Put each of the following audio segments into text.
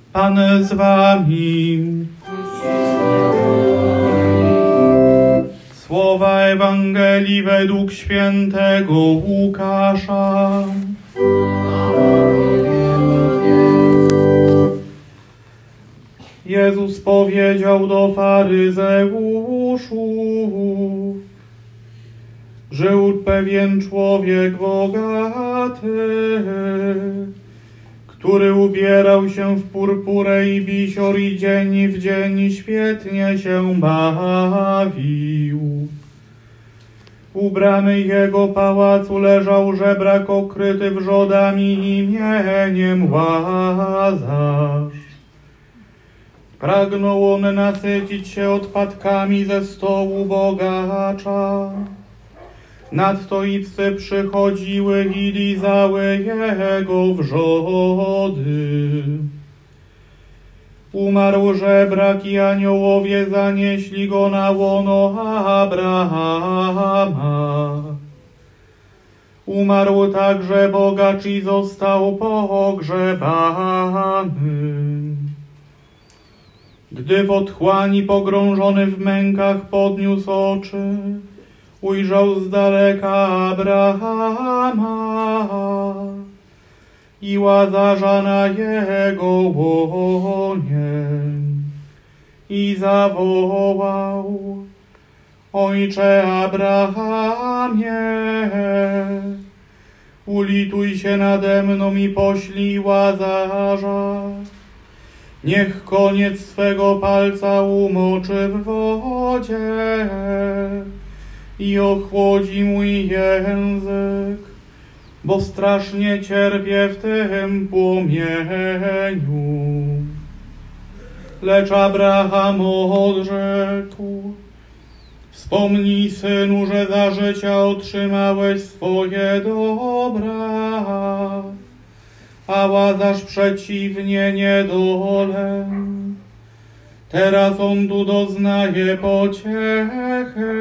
Pan z wami. Słowa Ewangelii według świętego Łukasza. Jezus powiedział do faryzeuszów: żył pewien człowiek bogaty, który ubierał się w purpurę i bisior i dzień w dzień świetnie się bawił. U bramy jego pałacu leżał żebrak okryty wrzodami imieniem Łazarz. Pragnął on nasycić się odpadkami ze stołu bogacza. Nadto i psy przychodziły i lizały jego wrzody. Umarł żebrak i aniołowie zanieśli go na łono Abrahama. Umarł także bogacz i został pogrzebany. Gdy w otchłani pogrążony w mękach podniósł oczy, ujrzał z daleka Abrahama i Łazarza na jego łonie i zawołał: Ojcze Abrahamie, ulituj się nade mną i poślij Łazarza. Niech koniec swego palca umoczy w wodzie i ochłodzi mój język, bo strasznie cierpię w tym płomieniu. Lecz Abraham odrzekł: wspomnij, synu, że za życia otrzymałeś swoje dobra, a Łazarz przeciwnie niedolę. Teraz on tu doznaje pociechy,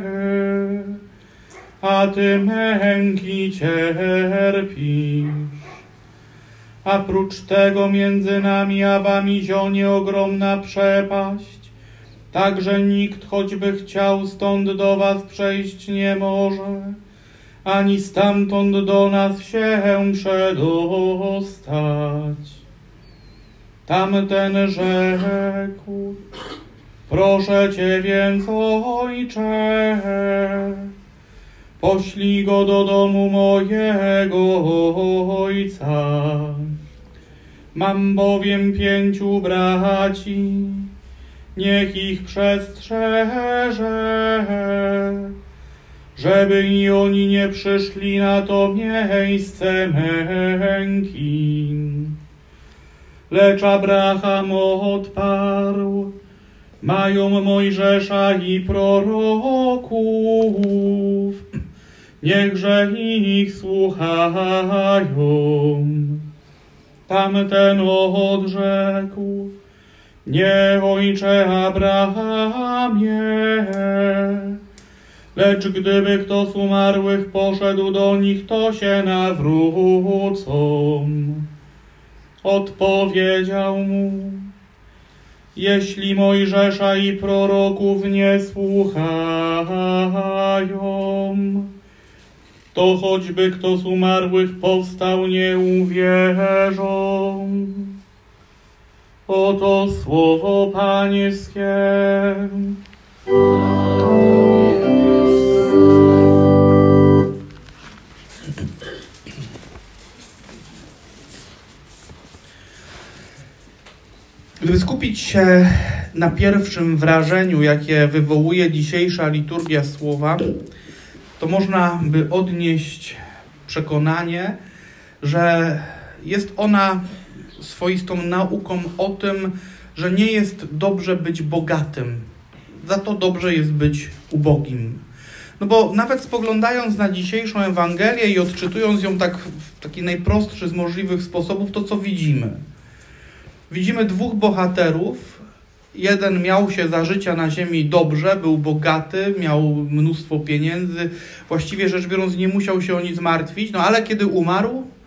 a ty męki cierpisz. A prócz tego między nami a wami zionie ogromna przepaść, tak że nikt, choćby chciał, stąd do was przejść nie może, ani stamtąd do nas się przedostać. Tamten rzekł: proszę cię więc, ojcze, poślij go do domu mojego ojca. Mam bowiem 5 braci, niech ich przestrzeże, żeby i oni nie przyszli na to miejsce męki. Lecz Abraham odparł: mają Mojżesza i proroków, niechże ich słuchają. Tamten odrzekł: nie, ojcze Abrahamie, lecz gdyby kto z umarłych poszedł do nich, to się nawrócą. Odpowiedział mu: jeśli Mojżesza i proroków nie słuchają, to choćby kto z umarłych powstał, nie uwierzą. Oto słowo Pańskie. Gdyby skupić się na pierwszym wrażeniu, jakie wywołuje dzisiejsza liturgia słowa, to można by odnieść przekonanie, że jest ona swoistą nauką o tym, że nie jest dobrze być bogatym, za to dobrze jest być ubogim. No bo nawet spoglądając na dzisiejszą Ewangelię i odczytując ją tak w taki najprostszy z możliwych sposobów, to co widzimy? Widzimy 2 bohaterów. Jeden miał się za życia na ziemi dobrze, był bogaty, miał mnóstwo pieniędzy, właściwie rzecz biorąc nie musiał się o nic martwić, no ale kiedy umarł,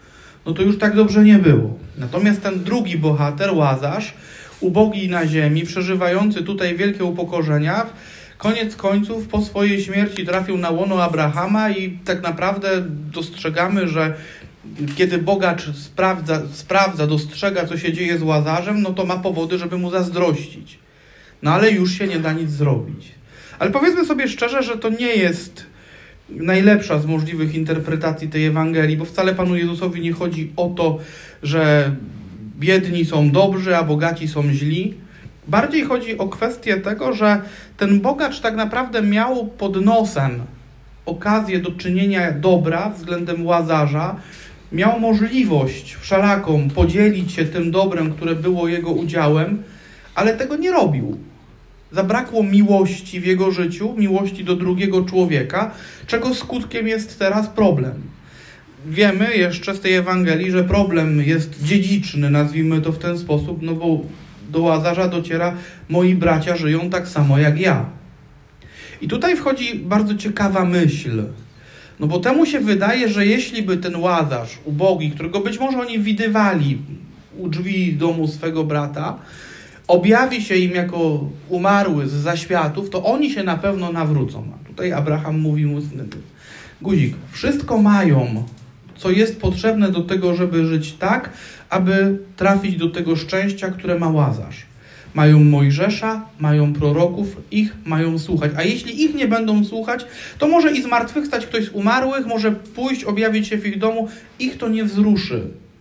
no to już tak dobrze nie było. Natomiast ten drugi bohater, Łazarz, ubogi na ziemi, przeżywający tutaj wielkie upokorzenia, koniec końców po swojej śmierci trafił na łono Abrahama i tak naprawdę dostrzegamy, że kiedy bogacz sprawdza, dostrzega, co się dzieje z Łazarzem, no to ma powody, żeby mu zazdrościć. No ale już się nie da nic zrobić. Ale powiedzmy sobie szczerze, że to nie jest najlepsza z możliwych interpretacji tej Ewangelii, bo wcale Panu Jezusowi nie chodzi o to, że biedni są dobrzy, a bogaci są źli. Bardziej chodzi o kwestię tego, że ten bogacz tak naprawdę miał pod nosem okazję do czynienia dobra względem Łazarza, miał możliwość wszelaką podzielić się tym dobrem, które było jego udziałem, ale tego nie robił. Zabrakło miłości w jego życiu, miłości do drugiego człowieka, czego skutkiem jest teraz problem. Wiemy jeszcze z tej Ewangelii, że problem jest dziedziczny, nazwijmy to w ten sposób, no bo do Łazarza dociera: moi bracia żyją tak samo jak ja. I tutaj wchodzi bardzo ciekawa myśl. No bo temu się wydaje, że jeśli by ten Łazarz, ubogi, którego być może oni widywali u drzwi domu swego brata, objawi się im jako umarły z zaświatów, to oni się na pewno nawrócą. A tutaj Abraham mówi mu: guzik, wszystko mają, co jest potrzebne do tego, żeby żyć tak, aby trafić do tego szczęścia, które ma Łazarz. Mają Mojżesza, mają proroków, ich mają słuchać. A jeśli ich nie będą słuchać, to może i zmartwychwstać ktoś z umarłych, może pójść, objawić się w ich domu. Ich to nie wzruszy,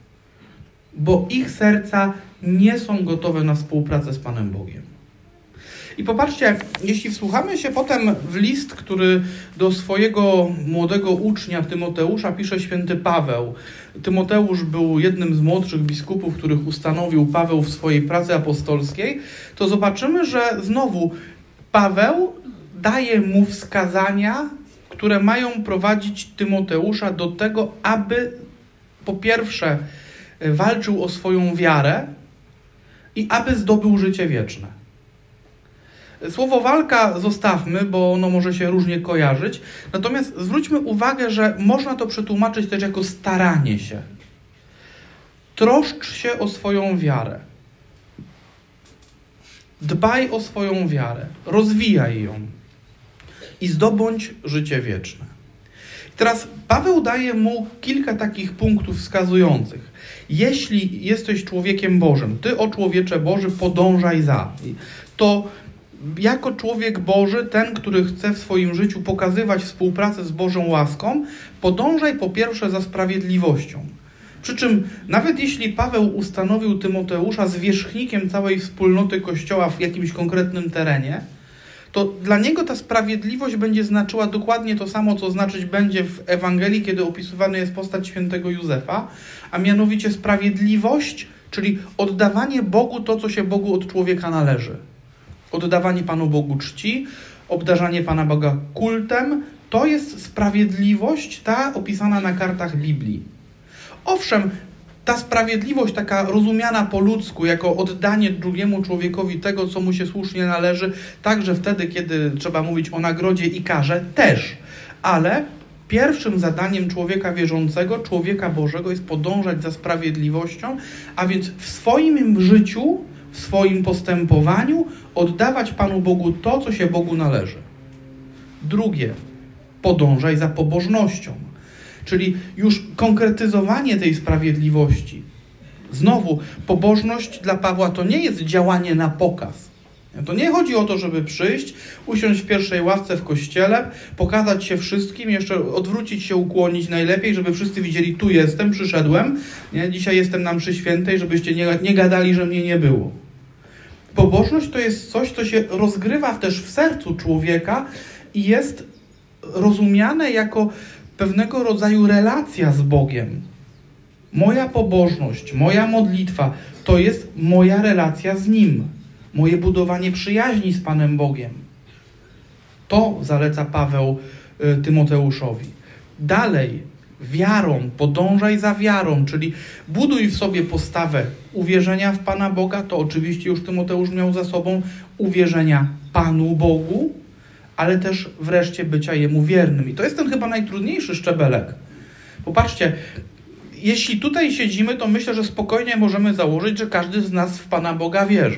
bo ich serca nie są gotowe na współpracę z Panem Bogiem. I popatrzcie, jeśli wsłuchamy się potem w list, który do swojego młodego ucznia Tymoteusza pisze święty Paweł. Tymoteusz był jednym z młodszych biskupów, których ustanowił Paweł w swojej pracy apostolskiej, to zobaczymy, że znowu Paweł daje mu wskazania, które mają prowadzić Tymoteusza do tego, aby po pierwsze walczył o swoją wiarę i aby zdobył życie wieczne. Słowo walka zostawmy, bo ono może się różnie kojarzyć. Natomiast zwróćmy uwagę, że można to przetłumaczyć też jako staranie się. Troszcz się o swoją wiarę. Dbaj o swoją wiarę. Rozwijaj ją. I zdobądź życie wieczne. I teraz Paweł daje mu kilka takich punktów wskazujących. Jeśli jesteś człowiekiem Bożym, ty, o człowiecze Boży, podążaj za. To jako człowiek Boży, ten, który chce w swoim życiu pokazywać współpracę z Bożą łaską, podążaj po pierwsze za sprawiedliwością. Przy czym nawet jeśli Paweł ustanowił Tymoteusza zwierzchnikiem całej wspólnoty Kościoła w jakimś konkretnym terenie, to dla niego ta sprawiedliwość będzie znaczyła dokładnie to samo, co znaczyć będzie w Ewangelii, kiedy opisywany jest postać świętego Józefa, a mianowicie sprawiedliwość, czyli oddawanie Bogu to, co się Bogu od człowieka należy. Oddawanie Panu Bogu czci, obdarzanie Pana Boga kultem, to jest sprawiedliwość ta opisana na kartach Biblii. Owszem, ta sprawiedliwość taka rozumiana po ludzku, jako oddanie drugiemu człowiekowi tego, co mu się słusznie należy, także wtedy, kiedy trzeba mówić o nagrodzie i karze, też. Ale pierwszym zadaniem człowieka wierzącego, człowieka Bożego jest podążać za sprawiedliwością, a więc w swoim życiu, w swoim postępowaniu oddawać Panu Bogu to, co się Bogu należy. Drugie, podążaj za pobożnością. Czyli już konkretyzowanie tej sprawiedliwości. Znowu, pobożność dla Pawła to nie jest działanie na pokaz. To nie chodzi o to, żeby przyjść, usiąść w pierwszej ławce w kościele, pokazać się wszystkim, jeszcze odwrócić się, ukłonić najlepiej, żeby wszyscy widzieli: tu jestem, przyszedłem, nie? Dzisiaj jestem na mszy świętej, żebyście nie gadali, że mnie nie było. Pobożność to jest coś, co się rozgrywa też w sercu człowieka i jest rozumiane jako pewnego rodzaju relacja z Bogiem. Moja pobożność, moja modlitwa to jest moja relacja z Nim. Moje budowanie przyjaźni z Panem Bogiem. To zaleca Paweł Tymoteuszowi. Dalej, wiarą, podążaj za wiarą, czyli buduj w sobie postawę uwierzenia w Pana Boga, to oczywiście już Tymoteusz miał za sobą uwierzenia Panu Bogu, ale też wreszcie bycia Jemu wiernym. I to jest ten chyba najtrudniejszy szczebelek. Popatrzcie, jeśli tutaj siedzimy, to myślę, że spokojnie możemy założyć, że każdy z nas w Pana Boga wierzy.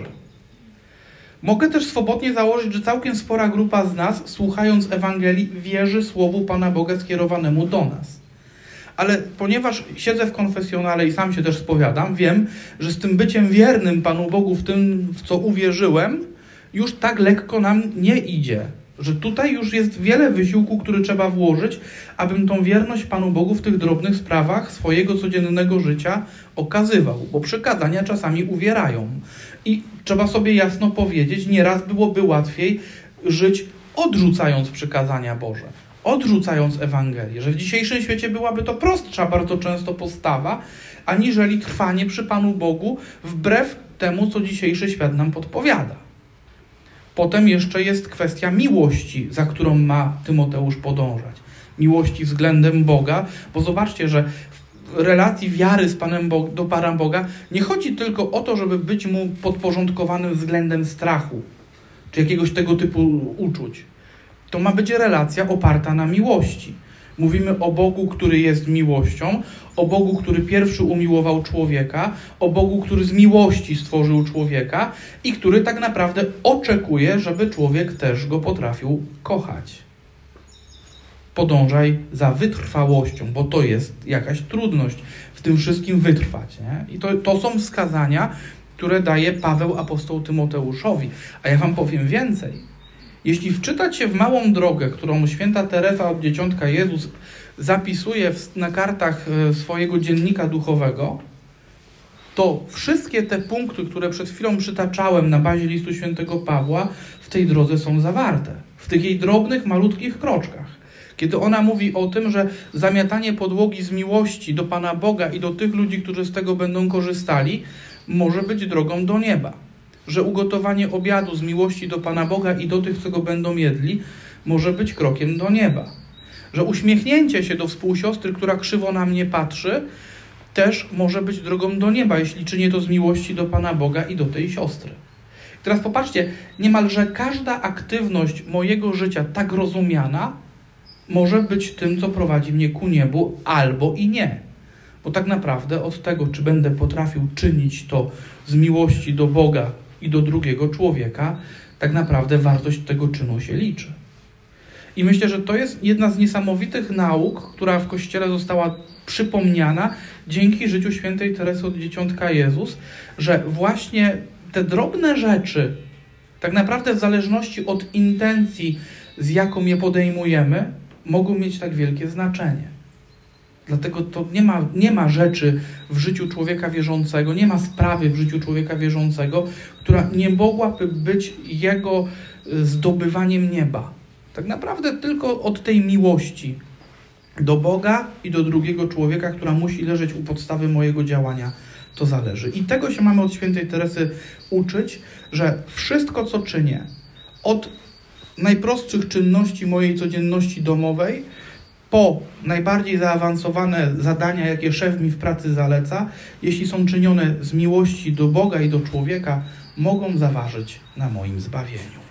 Mogę też swobodnie założyć, że całkiem spora grupa z nas, słuchając Ewangelii, wierzy Słowu Pana Boga skierowanemu do nas. Ale ponieważ siedzę w konfesjonale i sam się też spowiadam, wiem, że z tym byciem wiernym Panu Bogu w tym, w co uwierzyłem, już tak lekko nam nie idzie. Że tutaj już jest wiele wysiłku, który trzeba włożyć, abym tą wierność Panu Bogu w tych drobnych sprawach swojego codziennego życia okazywał. Bo przykazania czasami uwierają. I trzeba sobie jasno powiedzieć, nieraz byłoby łatwiej żyć odrzucając przykazania Boże. Odrzucając Ewangelię, że w dzisiejszym świecie byłaby to prostsza bardzo często postawa, aniżeli trwanie przy Panu Bogu wbrew temu, co dzisiejszy świat nam podpowiada. Potem jeszcze jest kwestia miłości, za którą ma Tymoteusz podążać. Miłości względem Boga, bo zobaczcie, że w relacji wiary z do Pana Boga nie chodzi tylko o to, żeby być Mu podporządkowanym względem strachu, czy jakiegoś tego typu uczuć. To ma być relacja oparta na miłości. Mówimy o Bogu, który jest miłością, o Bogu, który pierwszy umiłował człowieka, o Bogu, który z miłości stworzył człowieka i który tak naprawdę oczekuje, żeby człowiek też go potrafił kochać. Podążaj za wytrwałością, bo to jest jakaś trudność w tym wszystkim wytrwać. Nie? I to są wskazania, które daje Paweł apostoł Tymoteuszowi. A ja wam powiem więcej. Jeśli wczytać się w małą drogę, którą święta Teresa od Dzieciątka Jezus zapisuje na kartach swojego dziennika duchowego, to wszystkie te punkty, które przed chwilą przytaczałem na bazie listu świętego Pawła, w tej drodze są zawarte. W tych jej drobnych, malutkich kroczkach. Kiedy ona mówi o tym, że zamiatanie podłogi z miłości do Pana Boga i do tych ludzi, którzy z tego będą korzystali, może być drogą do nieba. Że ugotowanie obiadu z miłości do Pana Boga i do tych, co go będą jedli, może być krokiem do nieba. Że uśmiechnięcie się do współsiostry, która krzywo na mnie patrzy, też może być drogą do nieba, jeśli czynię to z miłości do Pana Boga i do tej siostry. I teraz popatrzcie, niemalże każda aktywność mojego życia tak rozumiana może być tym, co prowadzi mnie ku niebu, albo i nie. Bo tak naprawdę od tego, czy będę potrafił czynić to z miłości do Boga i do drugiego człowieka, tak naprawdę wartość tego czynu się liczy. I myślę, że to jest jedna z niesamowitych nauk, która w Kościele została przypomniana dzięki życiu świętej Teresy od Dzieciątka Jezus, że właśnie te drobne rzeczy, tak naprawdę w zależności od intencji, z jaką je podejmujemy, mogą mieć tak wielkie znaczenie. Dlatego to nie ma rzeczy w życiu człowieka wierzącego, nie ma sprawy w życiu człowieka wierzącego, która nie mogłaby być jego zdobywaniem nieba. Tak naprawdę tylko od tej miłości do Boga i do drugiego człowieka, która musi leżeć u podstawy mojego działania, to zależy. I tego się mamy od świętej Teresy uczyć, że wszystko, co czynię, od najprostszych czynności mojej codzienności domowej, po najbardziej zaawansowane zadania, jakie szef mi w pracy zaleca, jeśli są czynione z miłości do Boga i do człowieka, mogą zaważyć na moim zbawieniu.